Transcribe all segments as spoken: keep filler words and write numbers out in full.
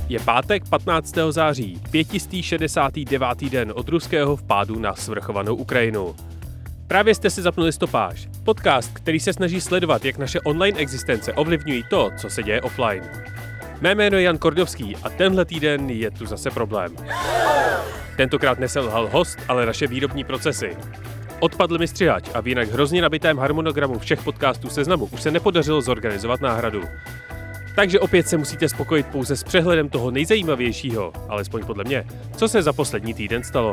Je pátek patnáctého září, pětistý šedesátý devátý den od ruského vpádu na svrchovanou Ukrajinu. Právě jste si zapnuli Stopáž, podcast, který se snaží sledovat, jak naše online existence ovlivňují to, co se děje offline. Mé jméno je Jan Kordovský a tenhle týden je tu zase problém. Tentokrát neselhal host, ale naše výrobní procesy. Odpadl mi střihač a v jinak hrozně nabitém harmonogramu všech podcastů Seznamu už se nepodařilo zorganizovat náhradu. Takže opět se musíte spokojit pouze s přehledem toho nejzajímavějšího, alespoň podle mě, co se za poslední týden stalo.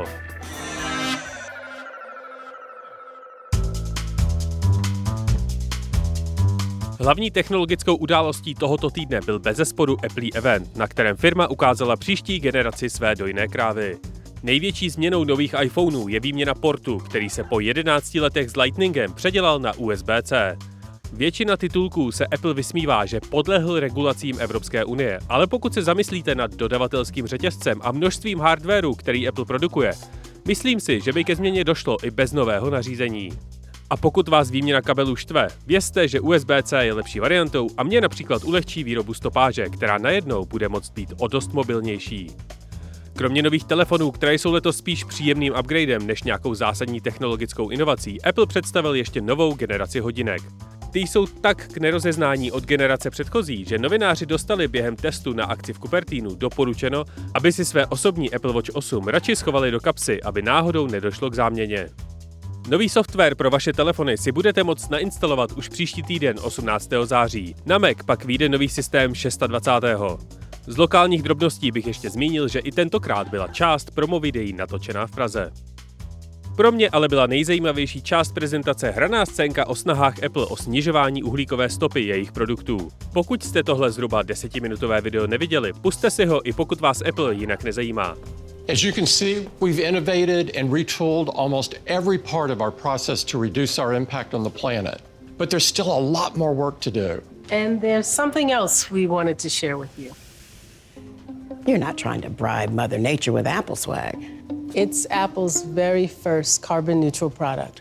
Hlavní technologickou událostí tohoto týdne byl bezesporu Apple event, na kterém firma ukázala příští generaci své dojné krávy. Největší změnou nových iPhoneů je výměna portu, který se po jedenácti letech s Lightningem předělal na U S B C. Většina titulků se Apple vysmívá, že podlehl regulacím Evropské unie, ale pokud se zamyslíte nad dodavatelským řetězcem a množstvím hardwaru, který Apple produkuje, myslím si, že by ke změně došlo i bez nového nařízení. A pokud vás výměna kabelů štve, vězte, že U S B C je lepší variantou a mě například ulehčí výrobu stopáže, která najednou bude moct být o dost mobilnější. Kromě nových telefonů, které jsou letos spíš příjemným upgradem než nějakou zásadní technologickou inovací, Apple představil ještě novou generaci hodinek. Ty jsou tak k nerozeznání od generace předchozí, že novináři dostali během testu na akci v Cupertinu doporučeno, aby si své osobní Apple Watch osm radši schovali do kapsy, aby náhodou nedošlo k záměně. Nový software pro vaše telefony si budete moct nainstalovat už příští týden osmnáctého září. Na Mac pak vyjde nový systém dvacátého šestého Z lokálních drobností bych ještě zmínil, že i tentokrát byla část promovideí natočená v Praze. Pro mě ale byla nejzajímavější část prezentace hraná scénka o snahách Apple o snižování uhlíkové stopy jejich produktů. Pokud jste tohle zhruba desetiminutové video neviděli, pusťte si ho, i pokud vás Apple jinak nezajímá. As you can see, we've innovated and retooled almost every part of our process to reduce our impact on the planet. But there's still a lot more work to do. And there's something else we wanted to share with you. You're not trying to bribe Mother Nature with Apple swag. It's Apple's very first carbon neutral product.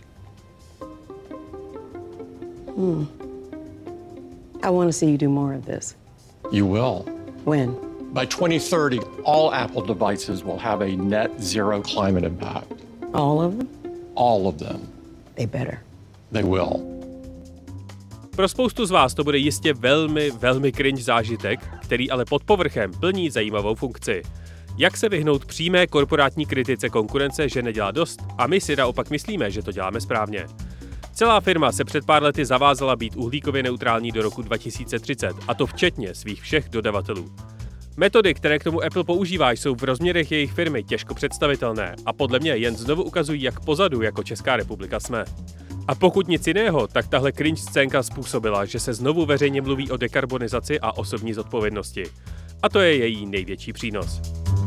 Hmm. I want to see you do more of this. You will. When? By twenty thirty, all Apple devices will have a net zero climate impact. All of them? All of them. They better. They will. Pro spoustu z vás to bude jistě velmi, velmi cringe zážitek, který ale pod povrchem plní zajímavou funkci. Jak se vyhnout přímé korporátní kritice konkurence, že nedělá dost, a my si naopak myslíme, že to děláme správně. Celá firma se před pár lety zavázala být uhlíkově neutrální do roku dva tisíce třicet, a to včetně svých všech dodavatelů. Metody, které k tomu Apple používá, jsou v rozměrech jejich firmy těžko představitelné a podle mě jen znovu ukazují, jak pozadu jako Česká republika jsme. A pokud nic jiného, tak tahle cringe scénka způsobila, že se znovu veřejně mluví o dekarbonizaci a osobní zodpovědnosti. A to je její největší přínos.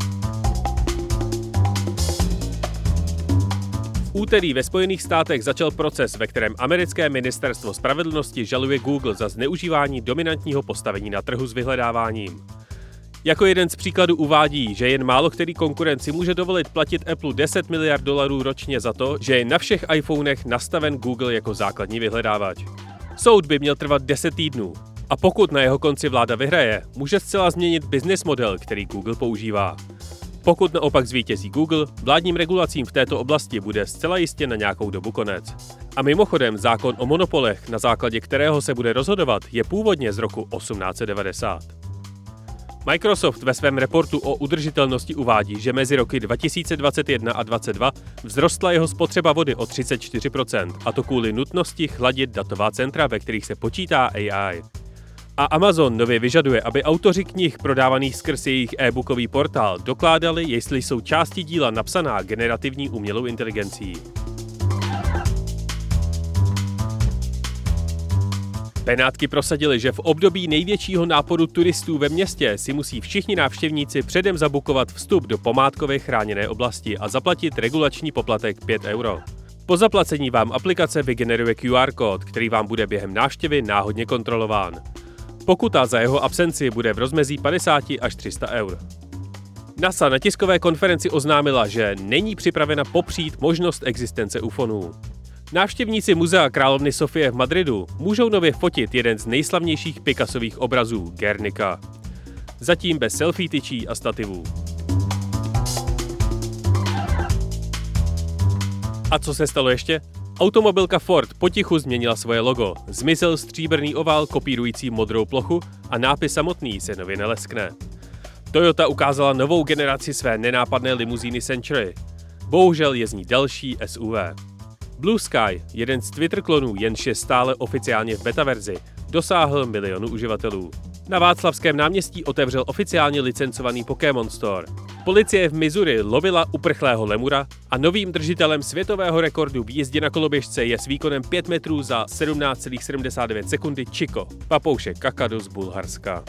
V úterý ve Spojených státech začal proces, ve kterém americké ministerstvo spravedlnosti žaluje Google za zneužívání dominantního postavení na trhu s vyhledáváním. Jako jeden z příkladů uvádí, že jen málo který konkurent si může dovolit platit Apple deset miliard dolarů ročně za to, že je na všech iPhonech nastaven Google jako základní vyhledávač. Soud by měl trvat deset týdnů a pokud na jeho konci vláda vyhraje, může zcela změnit business model, který Google používá. Pokud naopak zvítězí Google, vládním regulacím v této oblasti bude zcela jistě na nějakou dobu konec. A mimochodem zákon o monopolech, na základě kterého se bude rozhodovat, je původně z roku osmnáct set devadesát. Microsoft ve svém reportu o udržitelnosti uvádí, že mezi roky dva tisíce dvacet jedna a dvacet dva vzrostla jeho spotřeba vody o třicet čtyři procent, a to kvůli nutnosti chladit datová centra, ve kterých se počítá A I. A Amazon nově vyžaduje, aby autoři knih prodávaných skrz jejich e-bookový portál dokládali, jestli jsou části díla napsaná generativní umělou inteligencí. Benátky prosadili, že v období největšího náporu turistů ve městě si musí všichni návštěvníci předem zabukovat vstup do památkové chráněné oblasti a zaplatit regulační poplatek pět euro. Po zaplacení vám aplikace vygeneruje Q R kód, který vám bude během návštěvy náhodně kontrolován. Pokuta za jeho absenci bude v rozmezí padesát až tři sta eur. NASA na tiskové konferenci oznámila, že není připravena popřít možnost existence ufonů. Návštěvníci muzea královny Sofie v Madridu můžou nově fotit jeden z nejslavnějších Picassových obrazů, Guernica. zatím bez selfie tyčí a stativů. A co se stalo ještě? Automobilka Ford potichu změnila svoje logo. Zmizel stříbrný ovál kopírující modrou plochu a nápis samotný se nově neleskne. Toyota ukázala novou generaci své nenápadné limuzíny Century. Bohužel je z ní delší S U V. Blue Sky, jeden z Twitter klonů, jenž je stále oficiálně v beta verzi, dosáhl milionu uživatelů. Na Václavském náměstí otevřel oficiálně licencovaný Pokémon Store. Policie v Missouri lovila uprchlého lemura a novým držitelem světového rekordu v jízdě na koloběžce je s výkonem pět metrů za sedmnáct celá sedmdesát devět sekundy Chico, papoušek kakadu z Bulharska.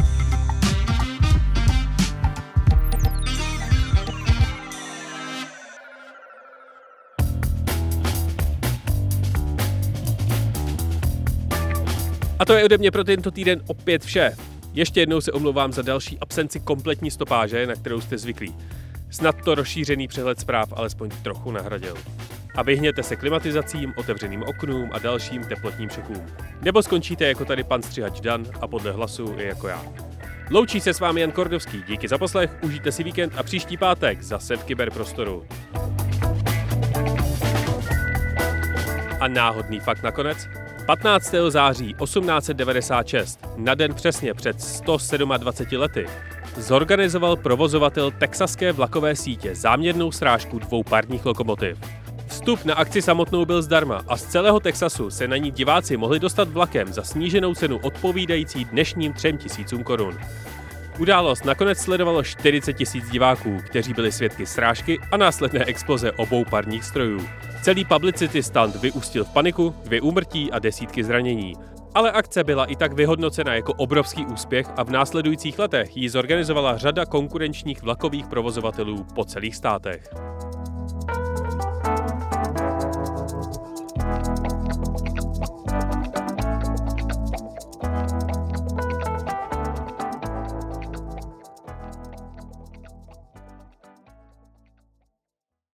A to je ode mě pro tento týden opět vše. Ještě jednou se omlouvám za další absenci kompletní stopáže, na kterou jste zvyklí. Snad to rozšířený přehled zpráv alespoň trochu nahradil. A vyhněte se klimatizacím, otevřeným oknům a dalším teplotním šokům. Nebo skončíte jako tady pan střihač Dan a podle hlasu i jako já. Loučí se s vámi Jan Kordovský, díky za poslech, užijte si víkend a příští pátek zase v kyberprostoru. A náhodný fakt nakonec. patnáctého září osmnáct set devadesát šest, na den přesně před sto dvaceti sedmi lety, zorganizoval provozovatel texaské vlakové sítě záměrnou srážku dvou parních lokomotiv. Vstup na akci samotnou byl zdarma a z celého Texasu se na ní diváci mohli dostat vlakem za sníženou cenu odpovídající dnešním třem tisícům korun. Událost nakonec sledovalo čtyřicet tisíc diváků, kteří byli svědky srážky a následné exploze obou parních strojů. Celý publicity stunt vyústil v paniku, dvě úmrtí a desítky zranění. Ale akce byla i tak vyhodnocena jako obrovský úspěch a v následujících letech ji zorganizovala řada konkurenčních vlakových provozovatelů po celých státech.